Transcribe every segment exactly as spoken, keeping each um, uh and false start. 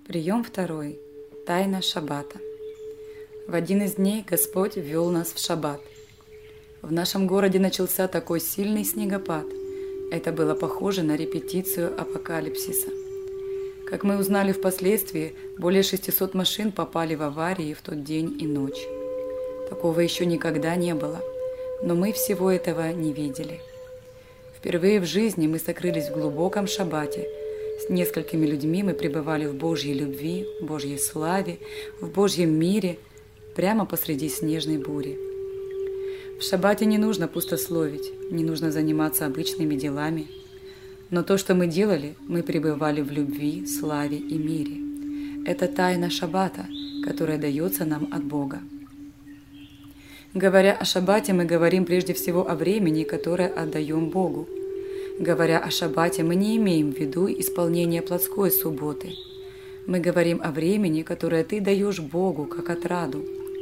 Прием второй. Тайна шаббата. В один из дней Господь ввел нас в шаббат. В нашем городе начался такой сильный снегопад. Это было похоже на репетицию апокалипсиса. Как мы узнали впоследствии, более шестисот машин попали в аварии в тот день и ночь. Такого еще никогда не было, но мы всего этого не видели. Впервые в жизни мы сокрылись в глубоком шаббате. С несколькими людьми мы пребывали в Божьей любви, в Божьей славе, в Божьем мире, прямо посреди снежной бури. В шаббате не нужно пустословить, не нужно заниматься обычными делами. Но то, что мы делали, мы пребывали в любви, славе и мире. Это тайна шаббата, которая дается нам от Бога. Говоря о шаббате, мы говорим прежде всего о времени, которое отдаем Богу. Говоря о шаббате, мы не имеем в виду исполнение плотской субботы. Мы говорим о времени, которое ты даешь Богу, как отраду.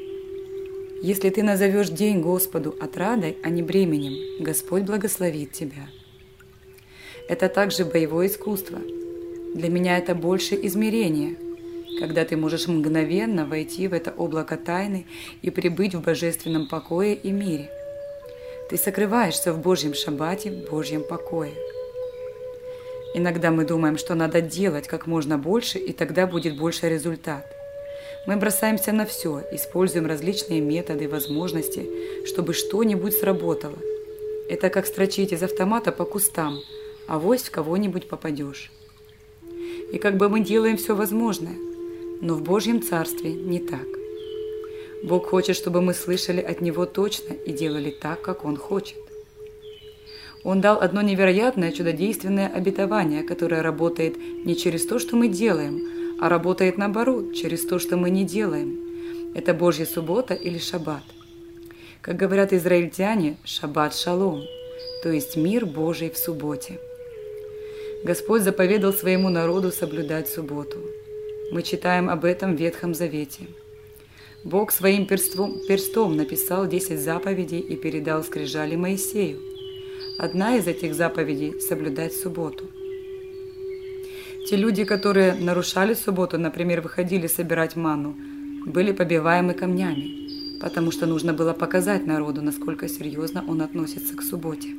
Если ты назовешь день Господу отрадой, а не бременем, Господь благословит тебя. Это также боевое искусство. Для меня это больше измерение, когда ты можешь мгновенно войти в это облако тайны и пребыть в божественном покое и мире. Ты сокрываешься в Божьем шаббате, в Божьем покое. Иногда мы думаем, что надо делать как можно больше, и тогда будет больше результат. Мы бросаемся на все, используем различные методы, возможности, чтобы что-нибудь сработало. Это как строчить из автомата по кустам, авось в кого-нибудь попадешь. И как бы мы делаем все возможное, но в Божьем Царстве не так. Бог хочет, чтобы мы слышали от Него точно и делали так, как Он хочет. Он дал одно невероятное чудодейственное обетование, которое работает не через то, что мы делаем, а работает наоборот, через то, что мы не делаем. Это Божья суббота или шаббат. Как говорят израильтяне, шаббат шалом, то есть мир Божий в субботе. Господь заповедал своему народу соблюдать субботу. Мы читаем об этом в Ветхом Завете. Бог своим перстом, перстом написал десять заповедей и передал скрижали Моисею. Одна из этих заповедей – соблюдать субботу. Те люди, которые нарушали субботу, например, выходили собирать манну, были побиваемы камнями, потому что нужно было показать народу, насколько серьезно он относится к субботе.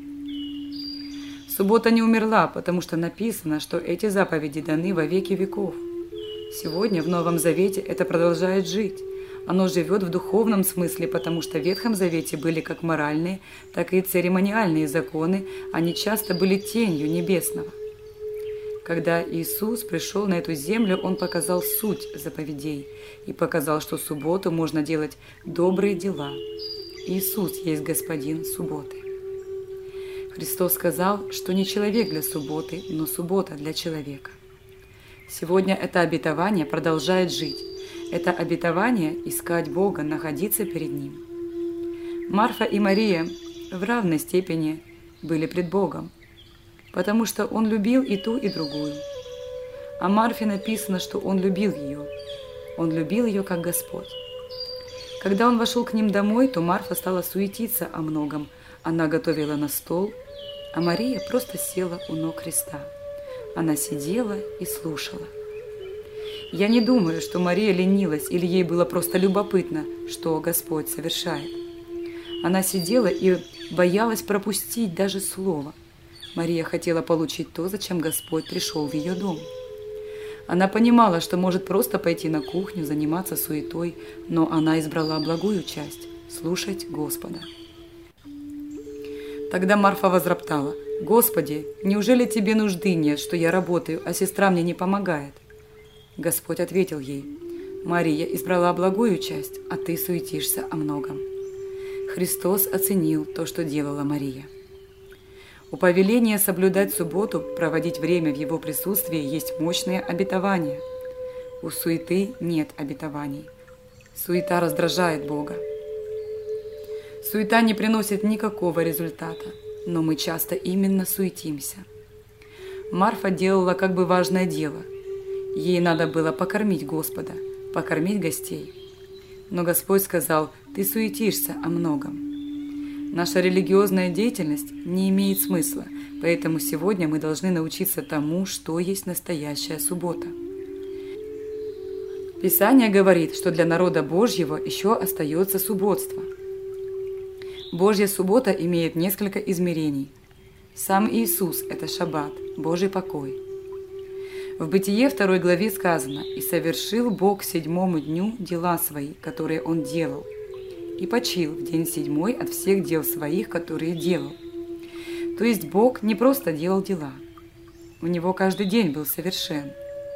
Суббота не умерла, потому что написано, что эти заповеди даны во веки веков. Сегодня в Новом Завете это продолжает жить. Оно живет в духовном смысле, потому что в Ветхом Завете были как моральные, так и церемониальные законы, они часто были тенью небесного. Когда Иисус пришел на эту землю, Он показал суть заповедей и показал, что в субботу можно делать добрые дела. Иисус есть Господин субботы. Христос сказал, что не человек для субботы, но суббота для человека. Сегодня это обетование продолжает жить. Это обетование – искать Бога, находиться перед Ним. Марфа и Мария в равной степени были пред Богом, потому что Он любил и ту, и другую. О Марфе написано, что Он любил ее. Он любил ее как Господь. Когда Он вошел к ним домой, то Марфа стала суетиться о многом. Она готовила на стол, а Мария просто села у ног Христа. Она сидела и слушала. Я не думаю, что Мария ленилась или ей было просто любопытно, что Господь совершает. Она сидела и боялась пропустить даже слово. Мария хотела получить то, зачем Господь пришел в ее дом. Она понимала, что может просто пойти на кухню, заниматься суетой, но она избрала благую часть – слушать Господа. Тогда Марфа возроптала: «Господи, неужели тебе нужды нет, что я работаю, а сестра мне не помогает?» Господь ответил ей: «Мария избрала благую часть, а ты суетишься о многом». Христос оценил то, что делала Мария. У повеления соблюдать субботу, проводить время в Его присутствии есть мощные обетования. У суеты нет обетований. Суета раздражает Бога. Суета не приносит никакого результата, но мы часто именно суетимся. Марфа делала как бы важное дело. Ей надо было покормить Господа, покормить гостей. Но Господь сказал: «Ты суетишься о многом». Наша религиозная деятельность не имеет смысла, поэтому сегодня мы должны научиться тому, что есть настоящая суббота. Писание говорит, что для народа Божьего еще остается субботство. Божья суббота имеет несколько измерений. Сам Иисус – это шаббат, Божий покой. В Бытие второй главе сказано: «И совершил Бог седьмому дню дела свои, которые Он делал, и почил в день седьмой от всех дел своих, которые делал». То есть Бог не просто делал дела. У Него каждый день был совершен.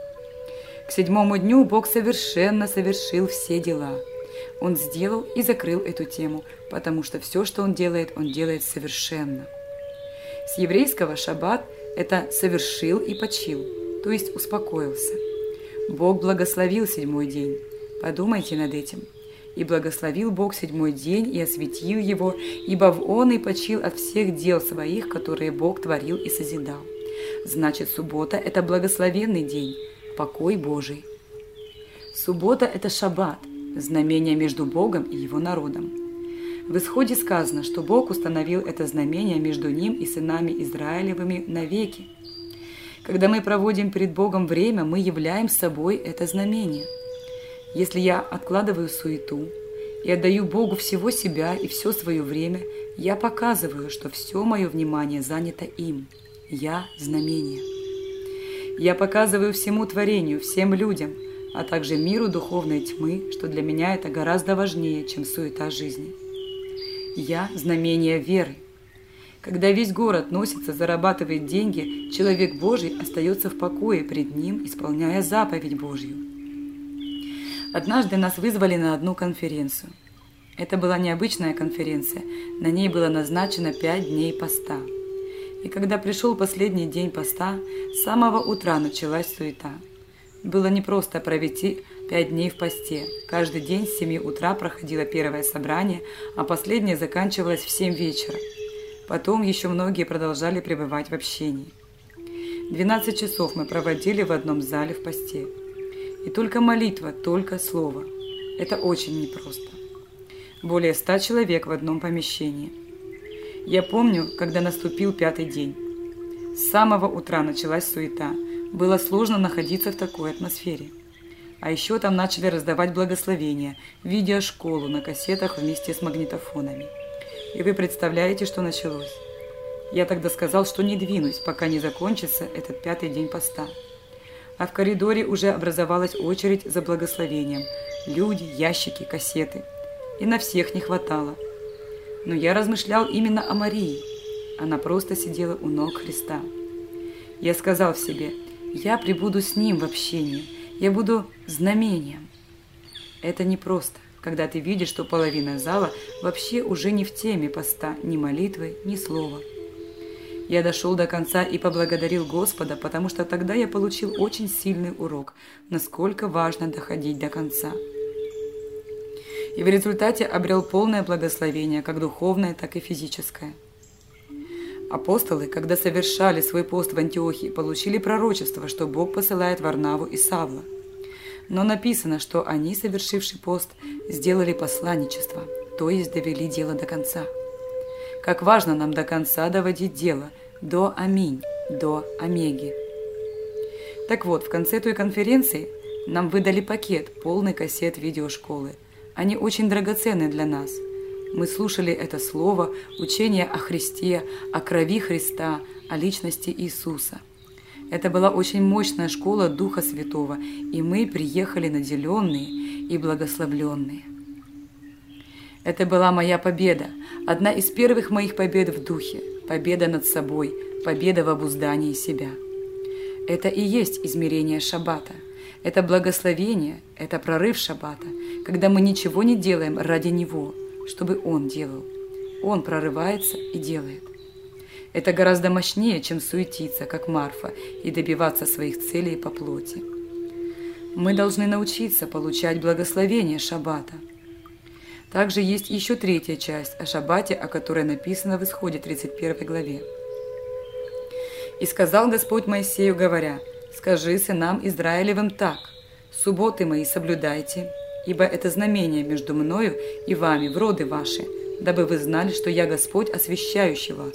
К седьмому дню Бог совершенно совершил все дела. Он сделал и закрыл эту тему, потому что все, что Он делает, Он делает совершенно. С еврейского шаббат – это «совершил и почил», то есть успокоился. Бог благословил седьмой день. Подумайте над этим. «И благословил Бог седьмой день, и осветил его, ибо в он и почил от всех дел своих, которые Бог творил и созидал». Значит, суббота – это благословенный день, покой Божий. Суббота – это шаббат, знамение между Богом и Его народом. В Исходе сказано, что Бог установил это знамение между Ним и сынами Израилевыми навеки. Когда мы проводим перед Богом время, мы являем собой это знамение. Если я откладываю суету и отдаю Богу всего себя и все свое время, я показываю, что все мое внимание занято им. Я – знамение. Я показываю всему творению, всем людям, а также миру духовной тьмы, что для меня это гораздо важнее, чем суета жизни. Я – знамение веры. Когда весь город носится, зарабатывает деньги, человек Божий остается в покое пред Ним, исполняя заповедь Божью. Однажды нас вызвали на одну конференцию. Это была необычная конференция, на ней было назначено пять дней поста. И когда пришел последний день поста, с самого утра началась суета. Было непросто провести пять дней в посте. Каждый день с семи утра проходило первое собрание, а последнее заканчивалось в семь вечера. Потом еще многие продолжали пребывать в общении. Двенадцать часов мы проводили в одном зале в посте. И только молитва, только слово. Это очень непросто. Более ста человек в одном помещении. Я помню, когда наступил пятый день. С самого утра началась суета. Было сложно находиться в такой атмосфере. А еще там начали раздавать благословения, видеошколу на кассетах вместе с магнитофонами. И вы представляете, что началось? Я тогда сказал, что не двинусь, пока не закончится этот пятый день поста. А в коридоре уже образовалась очередь за благословением. Люди, ящики, кассеты. И на всех не хватало. Но я размышлял именно о Марии. Она просто сидела у ног Христа. Я сказал в себе: я пребуду с Ним в общении, я буду знамением. Это непросто, когда ты видишь, что половина зала вообще уже не в теме поста, ни молитвы, ни слова. Я дошел до конца и поблагодарил Господа, потому что тогда я получил очень сильный урок, насколько важно доходить до конца. И в результате обрел полное благословение, как духовное, так и физическое. Апостолы, когда совершали свой пост в Антиохии, получили пророчество, что Бог посылает Варнаву и Савла. Но написано, что они, совершивший пост, сделали посланничество, то есть довели дело до конца. Как важно нам до конца доводить дело, до аминь, до омеги. Так вот, в конце той конференции нам выдали пакет, полный кассет видеошколы. Они очень драгоценны для нас. Мы слушали это слово, учение о Христе, о крови Христа, о личности Иисуса. Это была очень мощная школа Духа Святого, и мы приехали наделенные и благословленные. Это была моя победа, одна из первых моих побед в Духе, победа над собой, победа в обуздании себя. Это и есть измерение шаббата. Это благословение, это прорыв шаббата, когда мы ничего не делаем ради Него, чтобы Он делал. Он прорывается и делает. Это гораздо мощнее, чем суетиться, как Марфа, и добиваться своих целей по плоти. Мы должны научиться получать благословение шаббата. Также есть еще третья часть о шаббате, о которой написано в Исходе тридцать первой главе. «И сказал Господь Моисею, говоря: скажи сынам Израилевым так: субботы мои соблюдайте, ибо это знамение между мною и вами в роды ваши, дабы вы знали, что я Господь, освящающий вас.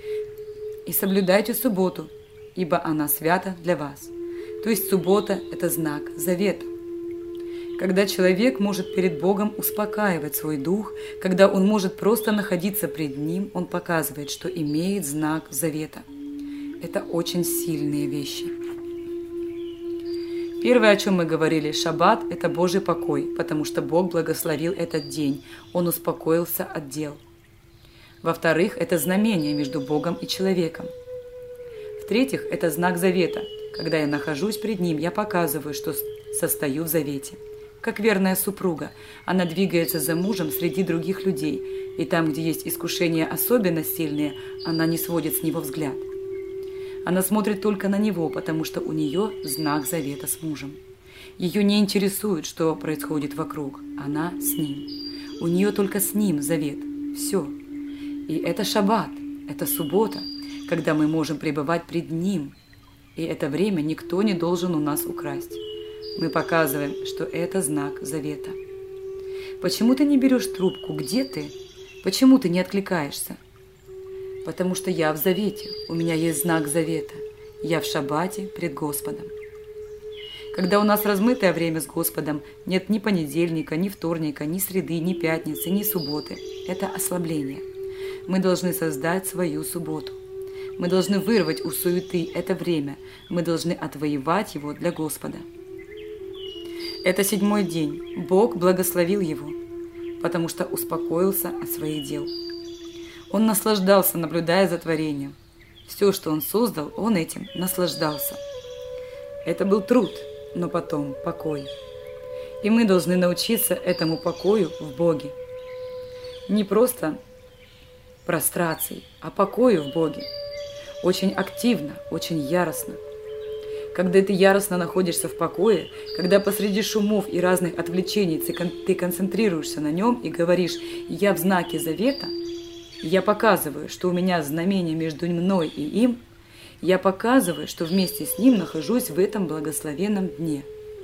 И соблюдайте субботу, ибо она свята для вас». То есть суббота – это знак завета. Когда человек может перед Богом успокаивать свой дух, когда он может просто находиться пред Ним, он показывает, что имеет знак завета. Это очень сильные вещи. Первое, о чем мы говорили, шаббат – это Божий покой, потому что Бог благословил этот день, Он успокоился от дел. Во-вторых, это знамение между Богом и человеком. В-третьих, это знак завета. Когда я нахожусь пред Ним, я показываю, что состою в завете. Как верная супруга, она двигается за мужем среди других людей, и там, где есть искушения особенно сильные, она не сводит с него взгляд. Она смотрит только на него, потому что у нее знак завета с мужем. Ее не интересует, что происходит вокруг, она с ним. У нее только с ним завет. Все. И это шаббат, это суббота, когда мы можем пребывать пред Ним. И это время никто не должен у нас украсть. Мы показываем, что это знак завета. Почему ты не берешь трубку? Где ты? Почему ты не откликаешься? Потому что я в завете, у меня есть знак завета. Я в шаббате пред Господом. Когда у нас размытое время с Господом, нет ни понедельника, ни вторника, ни среды, ни пятницы, ни субботы. Это ослабление. Мы должны создать свою субботу. Мы должны вырвать у суеты это время. Мы должны отвоевать его для Господа. Это седьмой день. Бог благословил его, потому что успокоился от своих дел. Он наслаждался, наблюдая за творением. Все, что он создал, он этим наслаждался. Это был труд, но потом покой. И мы должны научиться этому покою в Боге. Не просто прострации, а покою в Боге. Очень активно, очень яростно. Когда ты яростно находишься в покое, когда посреди шумов и разных отвлечений ты концентрируешься на нем и говоришь «я в знаке завета», я показываю, что у меня знамение между мной и им, я показываю, что вместе с ним нахожусь в этом благословенном дне.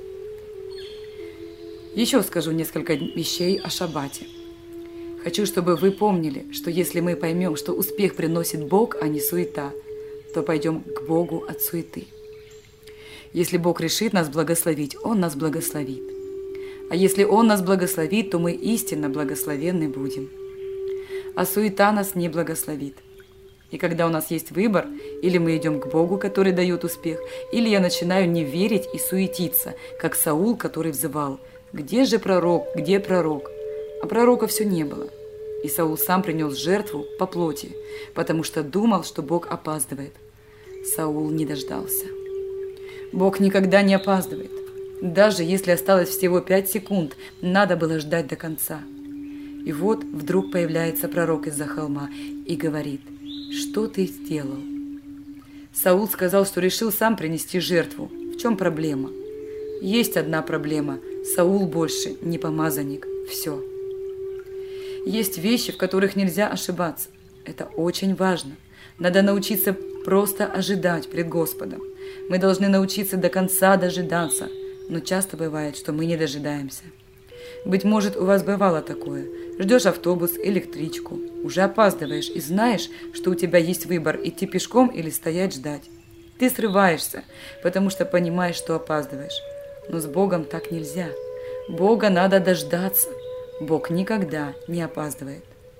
Еще скажу несколько вещей о шаббате. Хочу, чтобы вы помнили, что если мы поймем, что успех приносит Бог, а не суета, то пойдем к Богу от суеты. Если Бог решит нас благословить, Он нас благословит. А если Он нас благословит, то мы истинно благословенны будем. А суета нас не благословит. И когда у нас есть выбор, или мы идем к Богу, который дает успех, или я начинаю не верить и суетиться, как Саул, который взывал: «Где же пророк? Где пророк?» А пророка все не было. И Саул сам принес жертву по плоти, потому что думал, что Бог опаздывает. Саул не дождался. Бог никогда не опаздывает. Даже если осталось всего пять секунд, надо было ждать до конца. И вот вдруг появляется пророк из-за холма и говорит: «Что ты сделал?» Саул сказал, что решил сам принести жертву. В чем проблема? Есть одна проблема. Саул больше не помазанник. Все. Есть вещи, в которых нельзя ошибаться. Это очень важно. Надо научиться просто ожидать пред Господом. Мы должны научиться до конца дожидаться. Но часто бывает, что мы не дожидаемся. Быть может, у вас бывало такое. Ждешь автобус, электричку, уже опаздываешь и знаешь, что у тебя есть выбор – идти пешком или стоять ждать. Ты срываешься, потому что понимаешь, что опаздываешь. Но с Богом так нельзя. Бога надо дождаться. Бог никогда не опаздывает.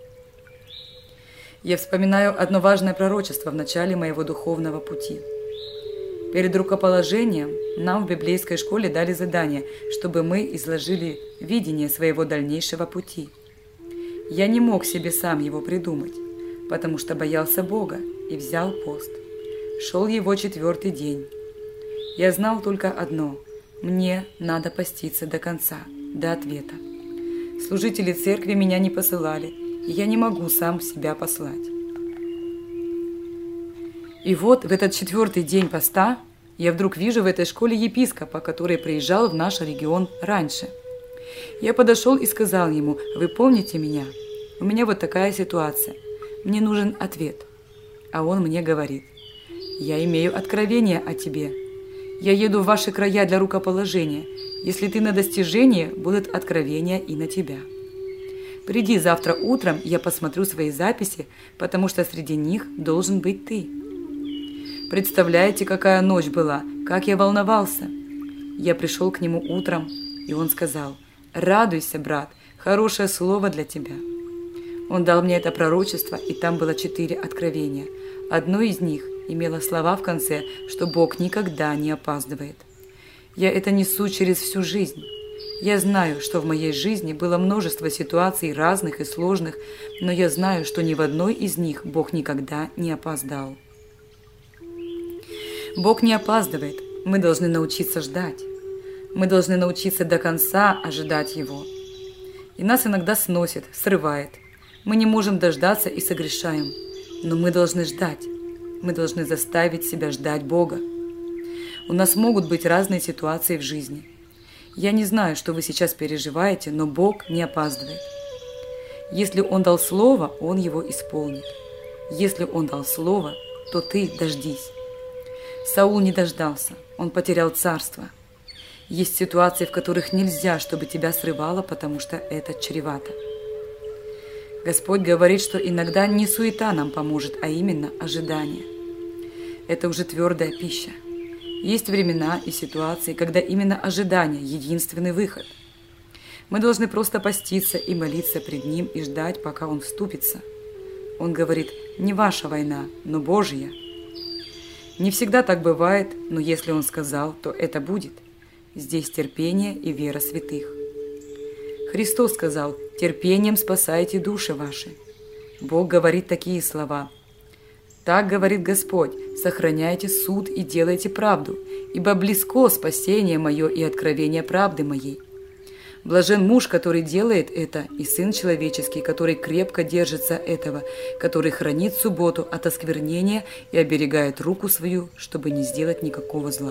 Я вспоминаю одно важное пророчество в начале моего духовного пути. Перед рукоположением нам в библейской школе дали задание, чтобы мы изложили видение своего дальнейшего пути. Я не мог себе сам его придумать, потому что боялся Бога и взял пост. Шел его четвертый день. Я знал только одно – мне надо поститься до конца, до ответа. Служители церкви меня не посылали, и я не могу сам себя послать. И вот в этот четвертый день поста я вдруг вижу в этой школе епископа, который приезжал в наш регион раньше. Я подошел и сказал ему: «Вы помните меня? У меня вот такая ситуация. Мне нужен ответ». А он мне говорит: «Я имею откровение о тебе. Я еду в ваши края для рукоположения. Если ты на достижении, будут откровения и на тебя. Приди завтра утром, я посмотрю свои записи, потому что среди них должен быть ты». Представляете, какая ночь была, как я волновался. Я пришел к нему утром, И он сказал: «Радуйся, брат, хорошее слово для тебя». Он дал мне это пророчество, и там было четыре откровения. Одно из них имело слова в конце, что Бог никогда не опаздывает. Я это несу через всю жизнь. Я знаю, что в моей жизни было множество ситуаций разных и сложных, но я знаю, что ни в одной из них Бог никогда не опоздал. Бог не опаздывает, мы должны научиться ждать. Мы должны научиться до конца ожидать Его. И нас иногда сносит, срывает. Мы не можем дождаться и согрешаем, но мы должны ждать. Мы должны заставить себя ждать Бога. У нас могут быть разные ситуации в жизни. Я не знаю, что вы сейчас переживаете, но Бог не опаздывает. Если Он дал слово, Он его исполнит. Если Он дал слово, то ты дождись. Саул не дождался, он потерял царство. Есть ситуации, в которых нельзя, чтобы тебя срывало, потому что это чревато. Господь говорит, что иногда не суета нам поможет, а именно ожидание. Это уже твердая пища. Есть времена и ситуации, когда именно ожидание – единственный выход. Мы должны просто поститься и молиться пред Ним и ждать, пока Он вступится. Он говорит: не ваша война, но Божья. Не всегда так бывает, но если Он сказал, то это будет. Здесь терпение и вера святых. Христос сказал: терпением спасайте души ваши. Бог говорит такие слова: так говорит Господь, сохраняйте суд и делайте правду, ибо близко спасение мое и откровение правды моей. Блажен муж, который делает это, и сын человеческий, который крепко держится этого, который хранит субботу от осквернения и оберегает руку свою, чтобы не сделать никакого зла.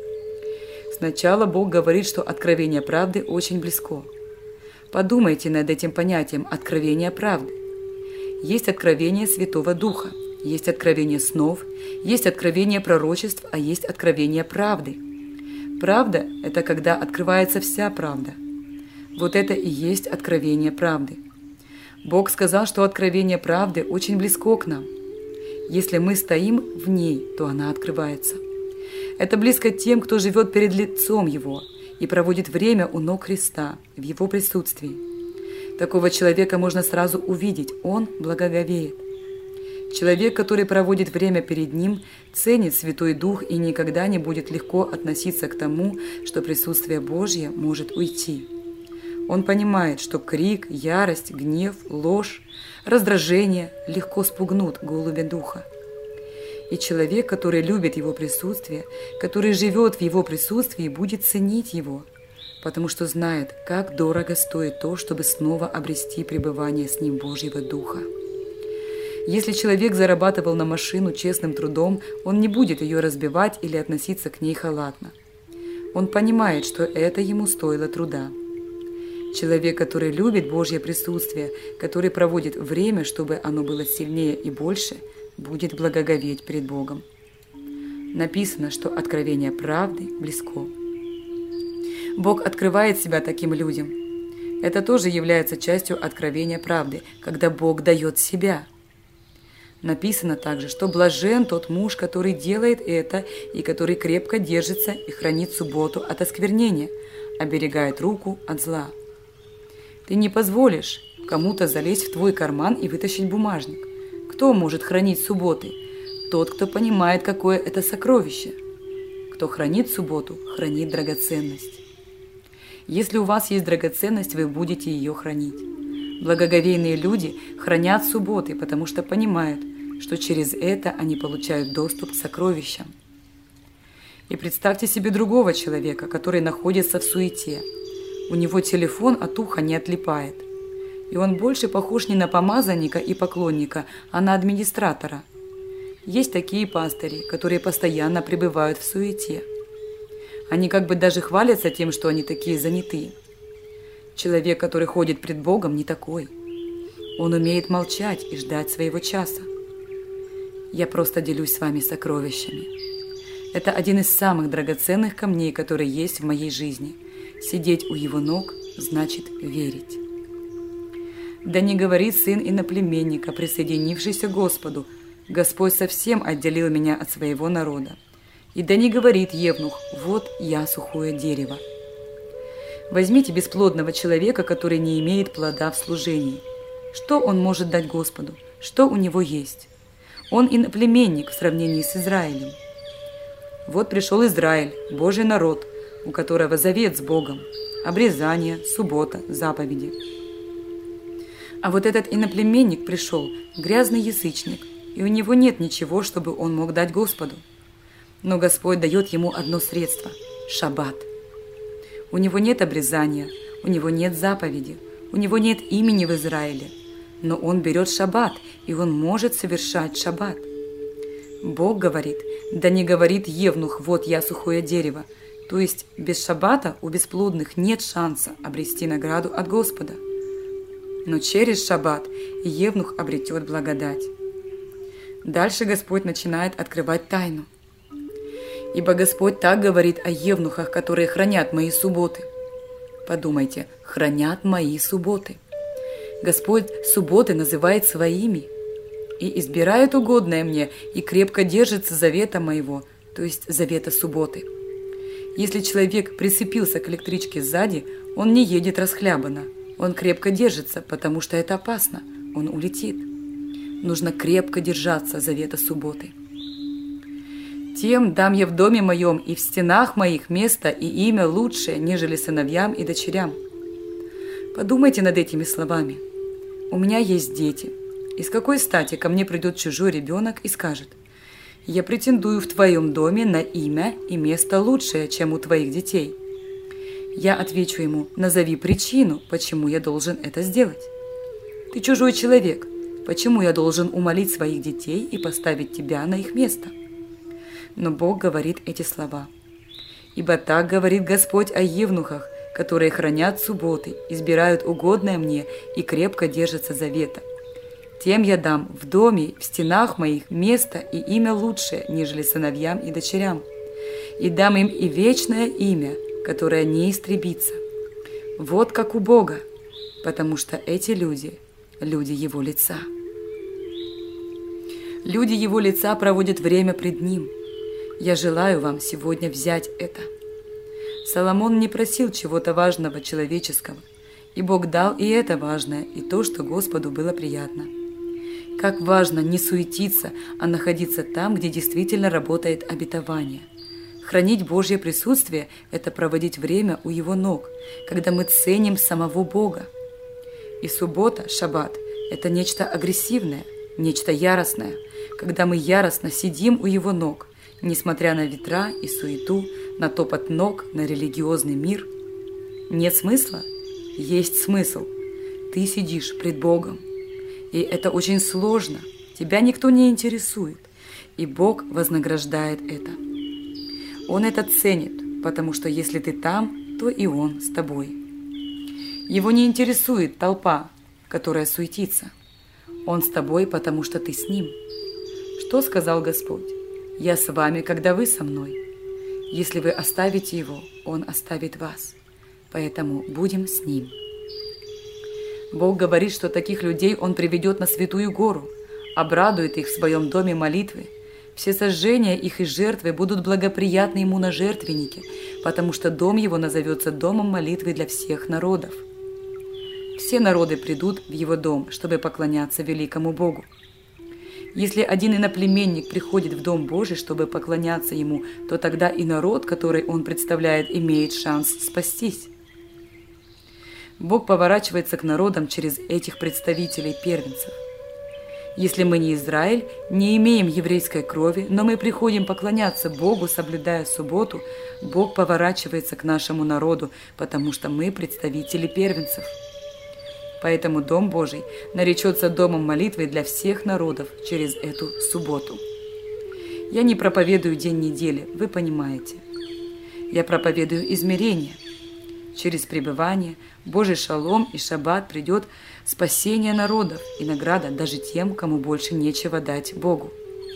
Сначала Бог говорит, что откровение правды очень близко. Подумайте над этим понятием «откровение правды». Есть откровение Святого Духа, есть откровение снов, есть откровение пророчеств, а есть откровение правды. Правда – это когда открывается вся правда. Вот это и есть откровение правды. Бог сказал, что откровение правды очень близко к нам. Если мы стоим в ней, то она открывается. Это близко тем, кто живет перед лицом Его и проводит время у ног Христа, в Его присутствии. Такого человека можно сразу увидеть, он благоговеет. Человек, который проводит время перед Ним, ценит Святой Дух и никогда не будет легко относиться к тому, что присутствие Божье может уйти. Он понимает, что крик, ярость, гнев, ложь, раздражение легко спугнут голубя духа. И человек, который любит Его присутствие, который живет в Его присутствии, будет ценить Его, потому что знает, как дорого стоит то, чтобы снова обрести пребывание с Ним Божьего Духа. Если человек зарабатывал на машину честным трудом, он не будет ее разбивать или относиться к ней халатно. Он понимает, что это ему стоило труда. Человек, который любит Божье присутствие, который проводит время, чтобы оно было сильнее и больше, будет благоговеть пред Богом. Написано, что откровение правды близко. Бог открывает себя таким людям. Это тоже является частью откровения правды, когда Бог дает себя. Написано также, что блажен тот муж, который делает это и который крепко держится и хранит субботу от осквернения, оберегает руку от зла. Ты не позволишь кому-то залезть в твой карман и вытащить бумажник. Кто может хранить субботы? Тот, кто понимает, какое это сокровище. Кто хранит субботу, хранит драгоценность. Если у вас есть драгоценность, вы будете ее хранить. Благоговейные люди хранят субботы, потому что понимают, что через это они получают доступ к сокровищам. И представьте себе другого человека, который находится в суете. У него телефон от уха не отлипает. И он больше похож не на помазанника и поклонника, а на администратора. Есть такие пастыри, которые постоянно пребывают в суете. Они как бы даже хвалятся тем, что они такие занятые. Человек, который ходит пред Богом, не такой. Он умеет молчать и ждать своего часа. Я просто делюсь с вами сокровищами. Это один из самых драгоценных камней, которые есть в моей жизни. Сидеть у Его ног значит верить. Да не говорит сын иноплеменника, присоединившийся к Господу: Господь совсем отделил меня от своего народа. И да не говорит евнух: вот я сухое дерево. Возьмите бесплодного человека, который не имеет плода в служении. Что он может дать Господу? Что у него есть? Он иноплеменник в сравнении с Израилем. Вот пришел Израиль, Божий народ, у которого завет с Богом, обрезание, суббота, заповеди. А вот этот иноплеменник пришел, грязный язычник, и у него нет ничего, чтобы он мог дать Господу. Но Господь дает ему одно средство – шаббат. У него нет обрезания, у него нет заповеди, у него нет имени в Израиле, но он берет шаббат, и он может совершать шаббат. Бог говорит, да не говорит евнух, вот я сухое дерево, то есть без шаббата у бесплодных нет шанса обрести награду от Господа. Но через шаббат евнух обретет благодать. Дальше Господь начинает открывать тайну. Ибо Господь так говорит о евнухах, которые хранят мои субботы. Подумайте, хранят мои субботы. Господь субботы называет своими и избирает угодное мне и крепко держится завета моего, то есть завета субботы. Если человек прицепился к электричке сзади, он не едет расхлябанно. Он крепко держится, потому что это опасно. Он улетит. Нужно крепко держаться завета субботы. Тем дам я в доме моем и в стенах моих место и имя лучшее, нежели сыновьям и дочерям. Подумайте над этими словами. У меня есть дети. И с какой стати ко мне придет чужой ребенок и скажет: «Я претендую в твоем доме на имя и место лучшее, чем у твоих детей». Я отвечу ему: назови причину, почему я должен это сделать. Ты чужой человек. Почему я должен умолить своих детей и поставить тебя на их место? Но Бог говорит эти слова. Ибо так говорит Господь о евнухах, которые хранят субботы, избирают угодное мне и крепко держатся завета. Тем я дам в доме, в стенах моих место и имя лучшее, нежели сыновьям и дочерям. И дам им и вечное имя, которое не истребится. Вот как у Бога, потому что эти люди – люди Его лица. Люди Его лица проводят время пред Ним. Я желаю вам сегодня взять это. Соломон не просил чего-то важного человеческого, и Бог дал и это важное, и то, что Господу было приятно. Как важно не суетиться, а находиться там, где действительно работает обетование. Хранить Божье присутствие – это проводить время у Его ног, когда мы ценим самого Бога. И суббота, шаббат – это нечто агрессивное, нечто яростное, когда мы яростно сидим у Его ног, несмотря на ветра и суету, на топот ног, на религиозный мир. Нет смысла? Есть смысл. Ты сидишь пред Богом. И это очень сложно. Тебя никто не интересует. И Бог вознаграждает это. Он это ценит, потому что если ты там, то и Он с тобой. Его не интересует толпа, которая суетится. Он с тобой, потому что ты с Ним. Что сказал Господь? «Я с вами, когда вы со мной». Если вы оставите Его, Он оставит вас. Поэтому будем с Ним. Бог говорит, что таких людей Он приведет на святую гору, обрадует их в своем доме молитвы. Все сожжения их и жертвы будут благоприятны Ему на жертвеннике, потому что дом Его назовется домом молитвы для всех народов. Все народы придут в Его дом, чтобы поклоняться великому Богу. Если один иноплеменник приходит в Дом Божий, чтобы поклоняться Ему, то тогда и народ, который он представляет, имеет шанс спастись. Бог поворачивается к народам через этих представителей первенцев. Если мы не Израиль, не имеем еврейской крови, но мы приходим поклоняться Богу, соблюдая субботу, Бог поворачивается к нашему народу, потому что мы представители первенцев. Поэтому Дом Божий наречется домом молитвы для всех народов через эту субботу. Я не проповедую день недели, вы понимаете. Я проповедую измерение. Через пребывание, Божий шалом и шаббат придет спасение народов и награда даже тем, кому больше нечего дать Богу.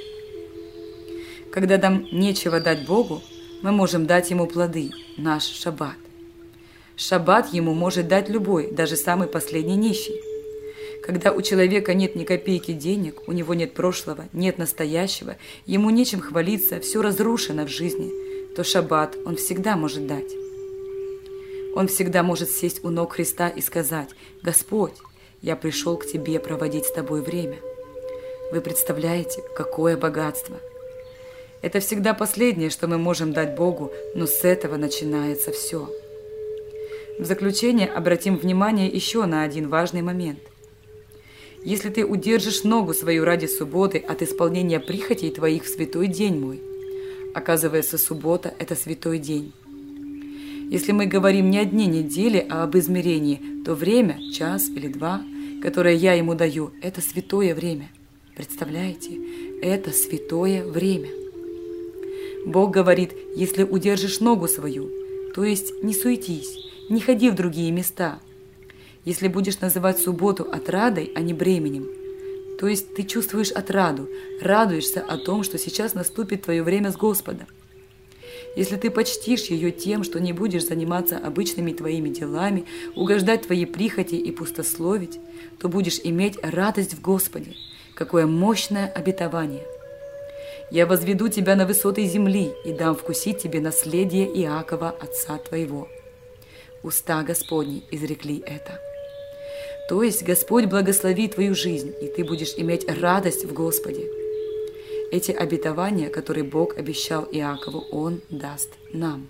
Когда нам нечего дать Богу, мы можем дать Ему плоды, наш шаббат. Шаббат Ему может дать любой, даже самый последний нищий. Когда у человека нет ни копейки денег, у него нет прошлого, нет настоящего, ему нечем хвалиться, все разрушено в жизни, то шаббат он всегда может дать. Он всегда может сесть у ног Христа и сказать: «Господь, я пришел к Тебе проводить с Тобой время». Вы представляете, какое богатство! Это всегда последнее, что мы можем дать Богу, но с этого начинается все. В заключение обратим внимание еще на один важный момент. Если ты удержишь ногу свою ради субботы от исполнения прихотей твоих в святой день мой, оказывается, суббота – это святой день. Если мы говорим не о дне недели, а об измерении, то время, час или два, которое я ему даю, это святое время. Представляете? Это святое время. Бог говорит: если удержишь ногу свою, то есть не суетись, не ходи в другие места. Если будешь называть субботу отрадой, а не бременем, то есть ты чувствуешь отраду, радуешься о том, что сейчас наступит твое время с Господом. Если ты почтишь ее тем, что не будешь заниматься обычными твоими делами, угождать твоей прихоти и пустословить, то будешь иметь радость в Господе. Какое мощное обетование! «Я возведу тебя на высоты земли и дам вкусить тебе наследие Иакова, отца твоего». Уста Господни изрекли это. То есть Господь благословит твою жизнь, и ты будешь иметь радость в Господе. Эти обетования, которые Бог обещал Иакову, Он даст нам.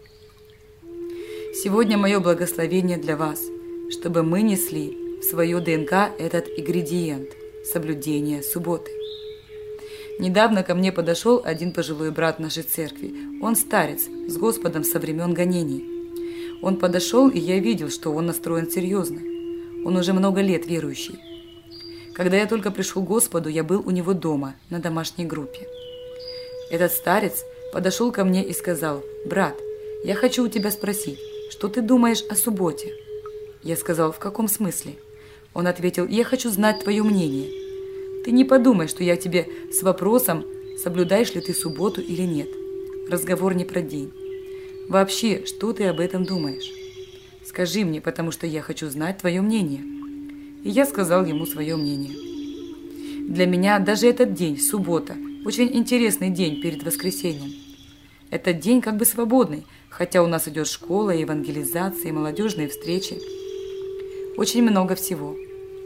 Сегодня мое благословение для вас, чтобы мы несли в свое ДНК этот ингредиент – соблюдение субботы. Недавно ко мне подошел один пожилой брат нашей церкви. Он старец, с Господом со времен гонений. Он подошел, и я видел, что он настроен серьезно. Он уже много лет верующий. Когда я только пришел к Господу, я был у него дома, на домашней группе. Этот старец подошел ко мне и сказал: «Брат, я хочу у тебя спросить, что ты думаешь о субботе?» Я сказал: «В каком смысле?» Он ответил: «Я хочу знать твое мнение. Ты не подумай, что я тебе с вопросом, соблюдаешь ли ты субботу или нет. Разговор не про день. Вообще, что ты об этом думаешь? Скажи мне, потому что я хочу знать твое мнение». И я сказал ему свое мнение. Для меня даже этот день, суббота, очень интересный день перед воскресеньем. Этот день как бы свободный, хотя у нас идет школа, евангелизация, молодежные встречи. Очень много всего.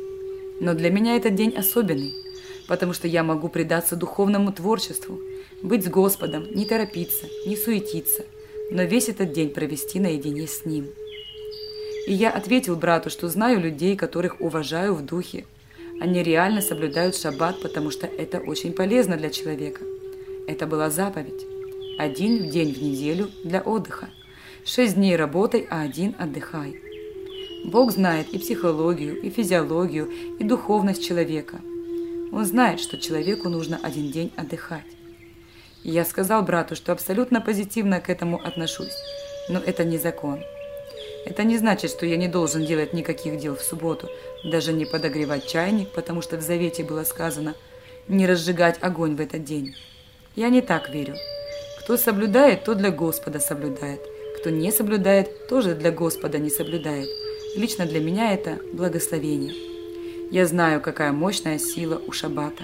Но для меня этот день особенный, потому что я могу предаться духовному творчеству, быть с Господом, не торопиться, не суетиться, но весь этот день провести наедине с Ним. И я ответил брату, что знаю людей, которых уважаю в духе. Они реально соблюдают шаббат, потому что это очень полезно для человека. Это была заповедь. Один день в неделю для отдыха. Шесть дней работай, а один отдыхай. Бог знает и психологию, и физиологию, и духовность человека. Он знает, что человеку нужно один день отдыхать. И я сказал брату, что абсолютно позитивно к этому отношусь, но это не закон. Это не значит, что я не должен делать никаких дел в субботу, даже не подогревать чайник, потому что в Завете было сказано не разжигать огонь в этот день. Я не так верю. Кто соблюдает, то для Господа соблюдает. Кто не соблюдает, тоже для Господа не соблюдает. Лично для меня это благословение. Я знаю, какая мощная сила у шаббата.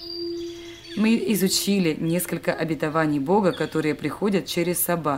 Мы изучили несколько обетований Бога, которые приходят через саббат,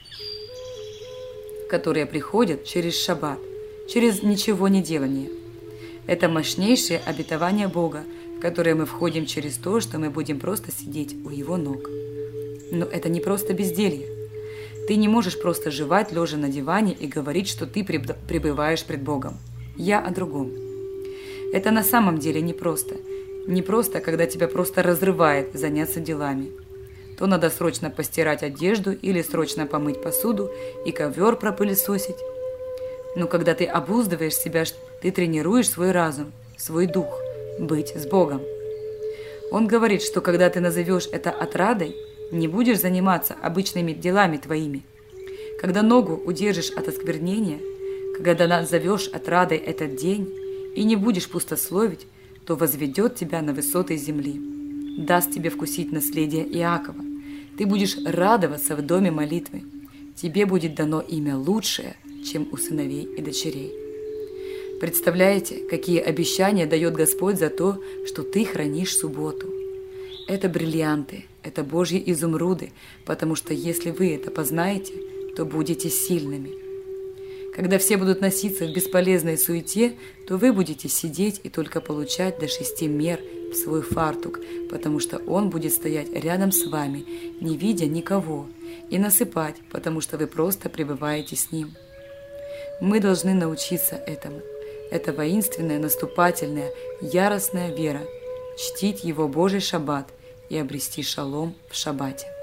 которые приходят через шаббат, через ничего не делание. Это мощнейшее обетование Бога, в которое мы входим через то, что мы будем просто сидеть у Его ног. Но это не просто безделье. Ты не можешь просто жевать, лежа на диване, и говорить, что ты пребываешь пред Богом. Я о другом. Это на самом деле непросто. Непросто, когда тебя просто разрывает заняться делами. То надо срочно постирать одежду или срочно помыть посуду и ковер пропылесосить. Но когда ты обуздываешь себя, ты тренируешь свой разум, свой дух, быть с Богом. Он говорит, что когда ты назовешь это отрадой, не будешь заниматься обычными делами твоими. Когда ногу удержишь от осквернения, когда назовешь отрадой этот день и не будешь пустословить, то возведет тебя на высоты земли, даст тебе вкусить наследие Иакова. Ты будешь радоваться в доме молитвы. Тебе будет дано имя лучшее, чем у сыновей и дочерей. Представляете, какие обещания дает Господь за то, что ты хранишь субботу? Это бриллианты, это Божьи изумруды, потому что если вы это познаете, то будете сильными. Когда все будут носиться в бесполезной суете, то вы будете сидеть и только получать до шести мер в свой фартук, потому что он будет стоять рядом с вами, не видя никого, и насыпать, потому что вы просто пребываете с ним. Мы должны научиться этому. Это воинственная, наступательная, яростная вера, чтить Его Божий шаббат и обрести шалом в шаббате.